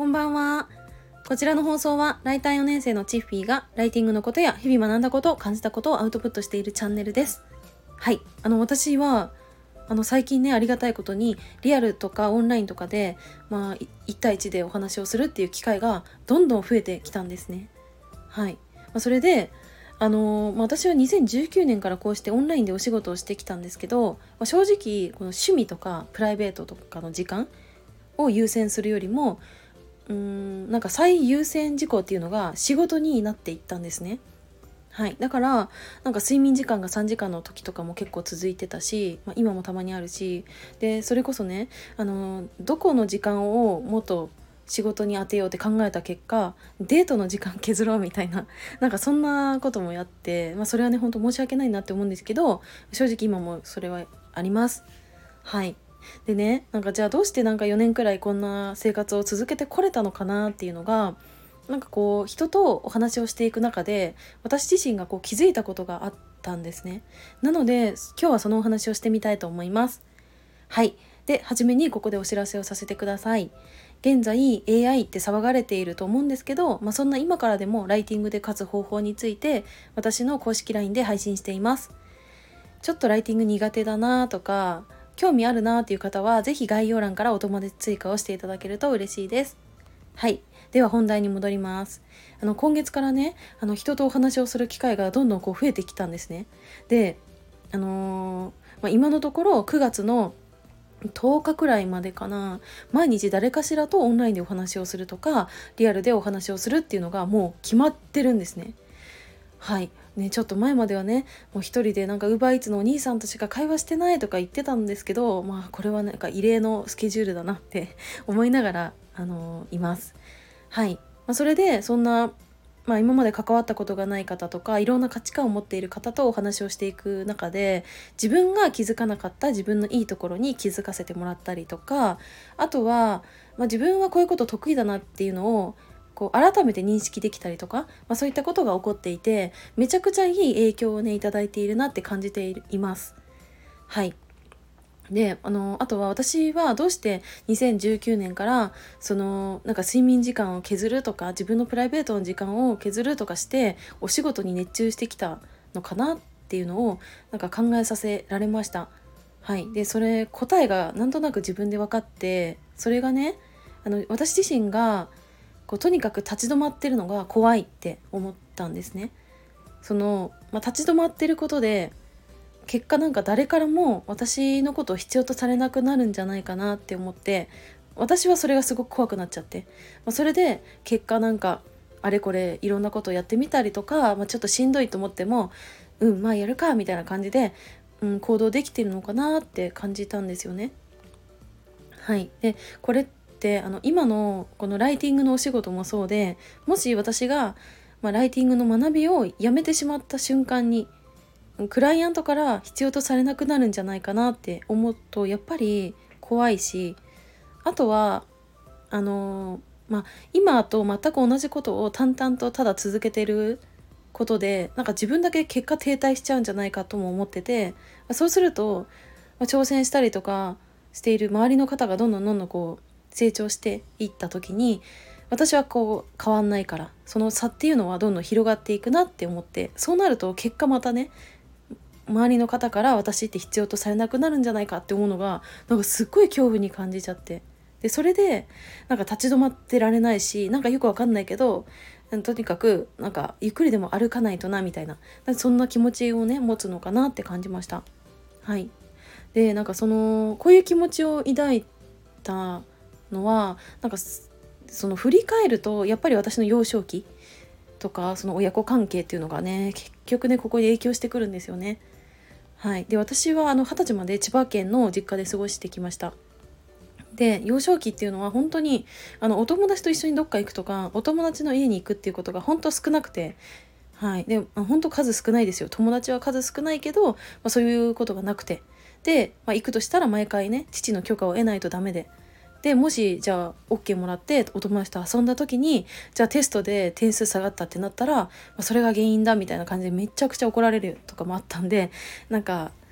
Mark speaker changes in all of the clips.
Speaker 1: んばんは。こちらの放送はライター4年生のチッフィーがライティングのことや日々学んだことを感じたことをアウトプットしているチャンネルです。はい、私は最近ね、ありがたいことにリアルとかオンラインとかで1対1でお話をするっていう機会がどんどん増えてきたんですね。はい、それで私は2019年からこうしてオンラインでお仕事をしてきたんですけど、正直この趣味とかプライベートとかの時間を優先するよりもなんか最優先事項っていうのが仕事になっていったんですね。はい、だからなんか睡眠時間が3時間の時とかも結構続いてたし、今もたまにあるし、でそれこそねどこの時間をもっと仕事に当てようって考えた結果、デートの時間削ろうみたいななんかそんなこともやって、それはね本当申し訳ないなって思うんですけど、正直今もそれはあります。はい。でね、なんかじゃあどうしてなんか4年くらいこんな生活を続けてこれたのかなっていうのが、なんかこう人とお話をしていく中で私自身がこう気づいたことがあったんですね。なので今日はそのお話をしてみたいと思います。はい。で、初めにここでお知らせをさせてください。現在 AI って騒がれていると思うんですけど、そんな今からでもライティングで勝つ方法について私の公式 LINE で配信しています。ちょっとライティング苦手だなとか興味あるなっていう方はぜひ概要欄からお友達追加をしていただけると嬉しいです。はい。では本題に戻ります。今月からね、人とお話をする機会がどんどんこう増えてきたんですね。で、今のところ9月の10日くらいまでかな、毎日誰かしらとオンラインでお話をするとかリアルでお話をするっていうのがもう決まってるんですね。はいね、ちょっと前まではね、もう一人でなんかUber Eatsのお兄さんとしか会話してないとか言ってたんですけど、これはなんか異例のスケジュールだなって思いながら、います。はい、それでそんな、今まで関わったことがない方とかいろんな価値観を持っている方とお話をしていく中で、自分が気づかなかった自分のいいところに気づかせてもらったりとか、あとは、自分はこういうこと得意だなっていうのをこう改めて認識できたりとか、そういったことが起こっていて、めちゃくちゃいい影響をねいただいているなって感じています。はい。であとは私はどうして2019年からなんか睡眠時間を削るとか自分のプライベートの時間を削るとかしてお仕事に熱中してきたのかなっていうのをなんか考えさせられました。はい。でそれ答えがなんとなく自分で分かって、それがね私自身がとにかく立ち止まってるのが怖いって思ったんですね。立ち止まってることで結果なんか誰からも私のことを必要とされなくなるんじゃないかなって思って、私はそれがすごく怖くなっちゃって、それで結果なんかあれこれいろんなことをやってみたりとか、ちょっとしんどいと思ってもやるかみたいな感じで、行動できてるのかなって感じたんですよね。はい。でこれって今のこのライティングのお仕事もそうで、もし私が、ライティングの学びをやめてしまった瞬間にクライアントから必要とされなくなるんじゃないかなって思うとやっぱり怖いし、あとは今と全く同じことを淡々とただ続けてることでなんか自分だけ結果停滞しちゃうんじゃないかとも思ってて、そうすると、挑戦したりとかしている周りの方がどんどんどんどんこう成長していった時に、私はこう変わんないから、その差っていうのはどんどん広がっていくなって思って、そうなると結果またね周りの方から私って必要とされなくなるんじゃないかって思うのがなんかすっごい恐怖に感じちゃって、でそれでなんか立ち止まってられないし、なんかよくわかんないけどとにかくなんかゆっくりでも歩かないとなみたいな、そんな気持ちをね持つのかなって感じました。はい。でなんかこういう気持ちを抱いたのはなんか振り返るとやっぱり私の幼少期とかその親子関係っていうのがね結局ねここに影響してくるんですよね。はい。で私は20歳まで千葉県の実家で過ごしてきました。で幼少期っていうのは本当にお友達と一緒にどっか行くとかお友達の家に行くっていうことが本当少なくて、はい。で本当数少ないですよ。友達は数少ないけど、そういうことがなくて、で、行くとしたら毎回ね父の許可を得ないとダメで、でもしじゃあ OK もらってお友達と遊んだ時にじゃあテストで点数下がったってなったら、それが原因だみたいな感じでめちゃくちゃ怒られるとかもあったんで、なんか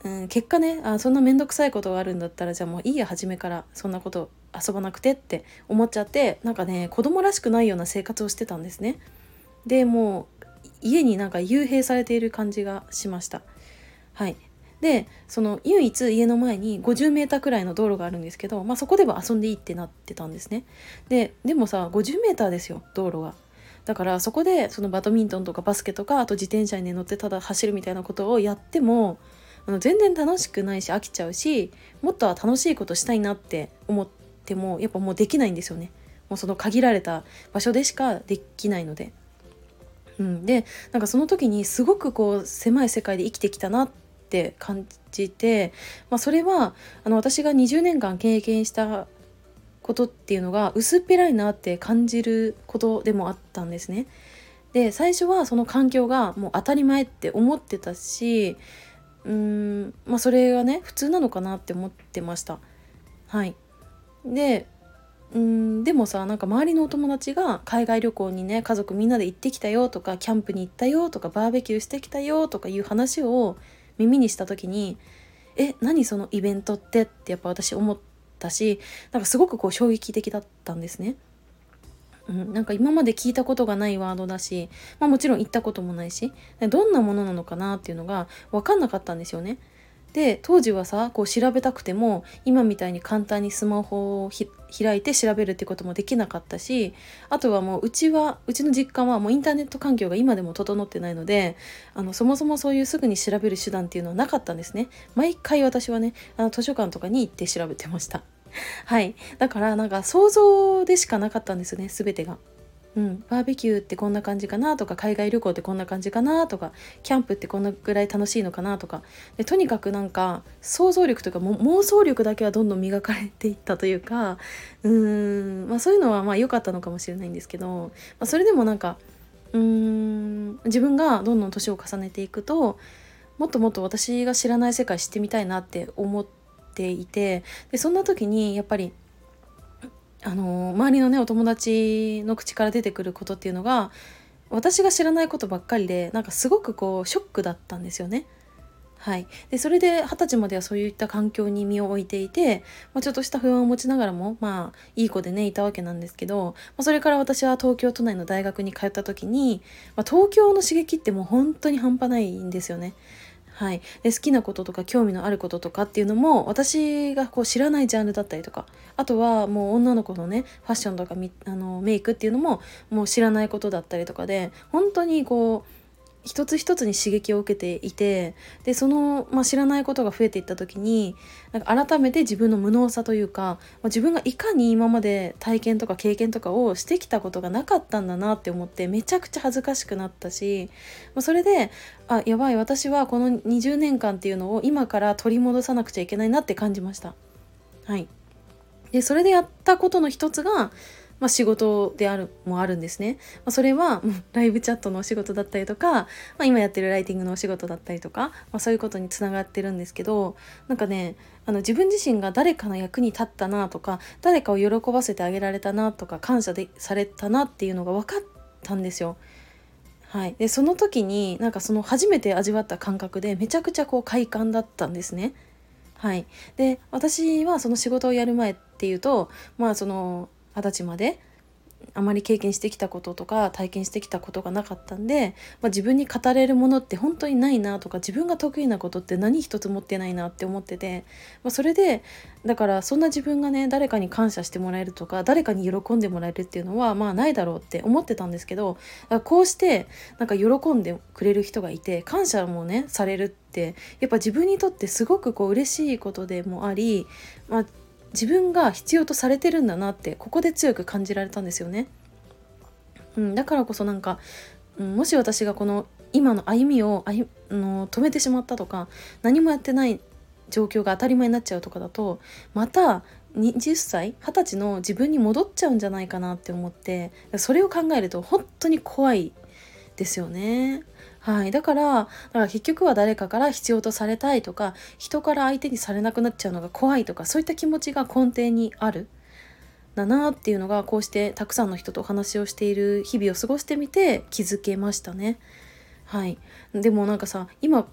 Speaker 1: 結果ね、そんな面倒くさいことがあるんだったらじゃあもういいや、初めからそんなこと遊ばなくてって思っちゃって、なんかね子供らしくないような生活をしてたんですね。でもう家になんか幽閉されている感じがしました。はい。でその唯一家の前に50メーターくらいの道路があるんですけど、そこでは遊んでいいってなってたんですね。でもさ50メーターですよ、道路が。だからそこでそのバドミントンとかバスケとか、あと自転車に乗ってただ走るみたいなことをやっても全然楽しくないし飽きちゃうし、もっとは楽しいことしたいなって思ってもやっぱもうできないんですよね。もうその限られた場所でしかできないので。でなんかその時にすごくこう狭い世界で生きてきたなって感じて、それは私が20年間経験したことっていうのが薄っぺらいなって感じることでもあったんですね。で最初はその環境がもう当たり前って思ってたし、それがね普通なのかなって思ってました。はい。ででもさ、なんか周りのお友達が海外旅行にね家族みんなで行ってきたよとか、キャンプに行ったよとか、バーベキューしてきたよとかいう話を耳にした時に、何そのイベントってやっぱ私思ったし、なんかすごくこう衝撃的だったんですね。なんか今まで聞いたことがないワードだし、もちろん行ったこともないし、どんなものなのかなっていうのが分かんなかったんですよね。で当時はさこう調べたくても今みたいに簡単にスマホを開いて調べるってこともできなかったし、あとはもううちの実家はもうインターネット環境が今でも整ってないので、そもそもそういうすぐに調べる手段っていうのはなかったんですね。毎回私はね図書館とかに行って調べてました。はい。だからなんか想像でしかなかったんですよね、全てが。バーベキューってこんな感じかなとか、海外旅行ってこんな感じかなとか、キャンプってこんなぐらい楽しいのかなとかで、とにかくなんか想像力というか妄想力だけはどんどん磨かれていったというか、そういうのは良かったのかもしれないんですけど、それでもなんか自分がどんどん年を重ねていくと、もっともっと私が知らない世界知ってみたいなって思っていて、でそんな時にやっぱり周りのねお友達の口から出てくることっていうのが私が知らないことばっかりで、なんかすごくこうショックだったんですよね。はい。でそれで20歳まではそういった環境に身を置いていて、ちょっとした不安を持ちながらもいい子でねいたわけなんですけど、それから私は東京都内の大学に通った時に、東京の刺激ってもう本当に半端ないんですよね。はい、で好きなこととか興味のあることとかっていうのも私がこう知らないジャンルだったりとか、あとはもう女の子のねファッションとかメイクっていうのももう知らないことだったりとかで、本当にこう一つ一つに刺激を受けていて、でその、知らないことが増えていった時になんか改めて自分の無能さというか、自分がいかに今まで体験とか経験とかをしてきたことがなかったんだなって思って、めちゃくちゃ恥ずかしくなったし、それでやばい、私はこの20年間っていうのを今から取り戻さなくちゃいけないなって感じました。はい。でそれでやったことの一つが仕事であるんですね。それはライブチャットのお仕事だったりとか、今やってるライティングのお仕事だったりとか、そういうことにつながってるんですけど、なんかね自分自身が誰かの役に立ったなとか、誰かを喜ばせてあげられたなとか、感謝されたなっていうのが分かったんですよ。はい。でその時になんかその初めて味わった感覚でめちゃくちゃこう快感だったんですね。はい。で私はその仕事をやる前っていうと、その20歳まであまり経験してきたこととか体験してきたことがなかったんで、自分に語れるものって本当にないなとか、自分が得意なことって何一つ持ってないなって思ってて、それでだからそんな自分がね誰かに感謝してもらえるとか誰かに喜んでもらえるっていうのはないだろうって思ってたんですけど、こうしてなんか喜んでくれる人がいて感謝もねされるってやっぱ自分にとってすごくこう嬉しいことでもあり、自分が必要とされてるんだなってここで強く感じられたんですよね。だからこそなんか、もし私がこの今の歩みを止めてしまったとか、何もやってない状況が当たり前になっちゃうとかだと、また20歳20歳の自分に戻っちゃうんじゃないかなって思って、それを考えると本当に怖いですよね。はい。だから結局は誰かから必要とされたいとか、人から相手にされなくなっちゃうのが怖いとか、そういった気持ちが根底にあるだなっていうのが、こうしてたくさんの人とお話をしている日々を過ごしてみて気づけましたね。はい。でもなんかさ、今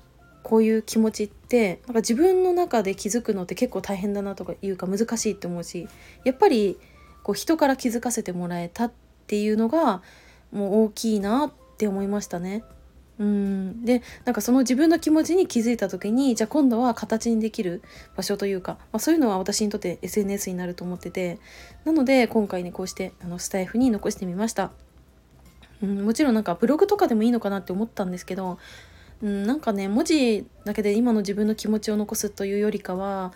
Speaker 1: こういう気持ちってなんか自分の中で気づくのって結構大変だなとかいうか難しいって思うし、やっぱりこう人から気づかせてもらえたっていうのがもう大きいなって思いましたね。でなんかその自分の気持ちに気づいた時に、じゃあ今度は形にできる場所というか、そういうのは私にとって SNS になると思ってて、なので今回ねこうしてスタイフに残してみました。もちろんなんかブログとかでもいいのかなって思ったんですけど、なんかね文字だけで今の自分の気持ちを残すというよりかは、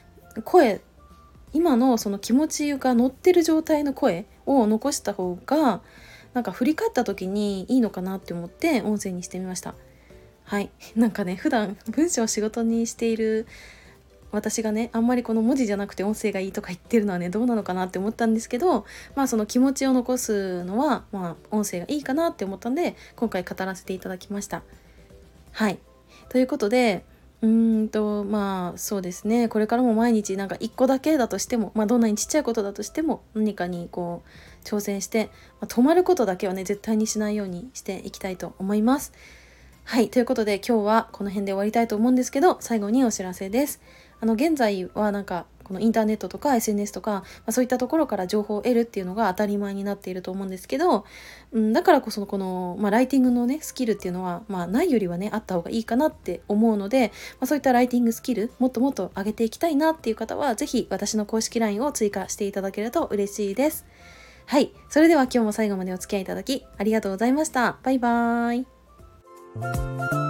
Speaker 1: 今のその気持ちが乗ってる状態の声を残した方がなんか振り返った時にいいのかなって思って音声にしてみました。はい、なんかね普段文章を仕事にしている私がねあんまりこの文字じゃなくて音声がいいとか言ってるのはねどうなのかなって思ったんですけど、その気持ちを残すのは音声がいいかなって思ったんで今回語らせていただきました。はい、ということでそうですね、これからも毎日なんか一個だけだとしても、どんなにちっちゃいことだとしても何かにこう挑戦して、止まることだけはね絶対にしないようにしていきたいと思います。はい、ということで今日はこの辺で終わりたいと思うんですけど、最後にお知らせです。現在はなんかこのインターネットとか SNS とか、そういったところから情報を得るっていうのが当たり前になっていると思うんですけど、だからこそこの、ライティングのねスキルっていうのは、ないよりはねあった方がいいかなって思うので、そういったライティングスキルもっともっと上げていきたいなっていう方はぜひ私の公式 LINE を追加していただけると嬉しいです。はい、それでは今日も最後までお付き合いいただきありがとうございました。バイバーイ。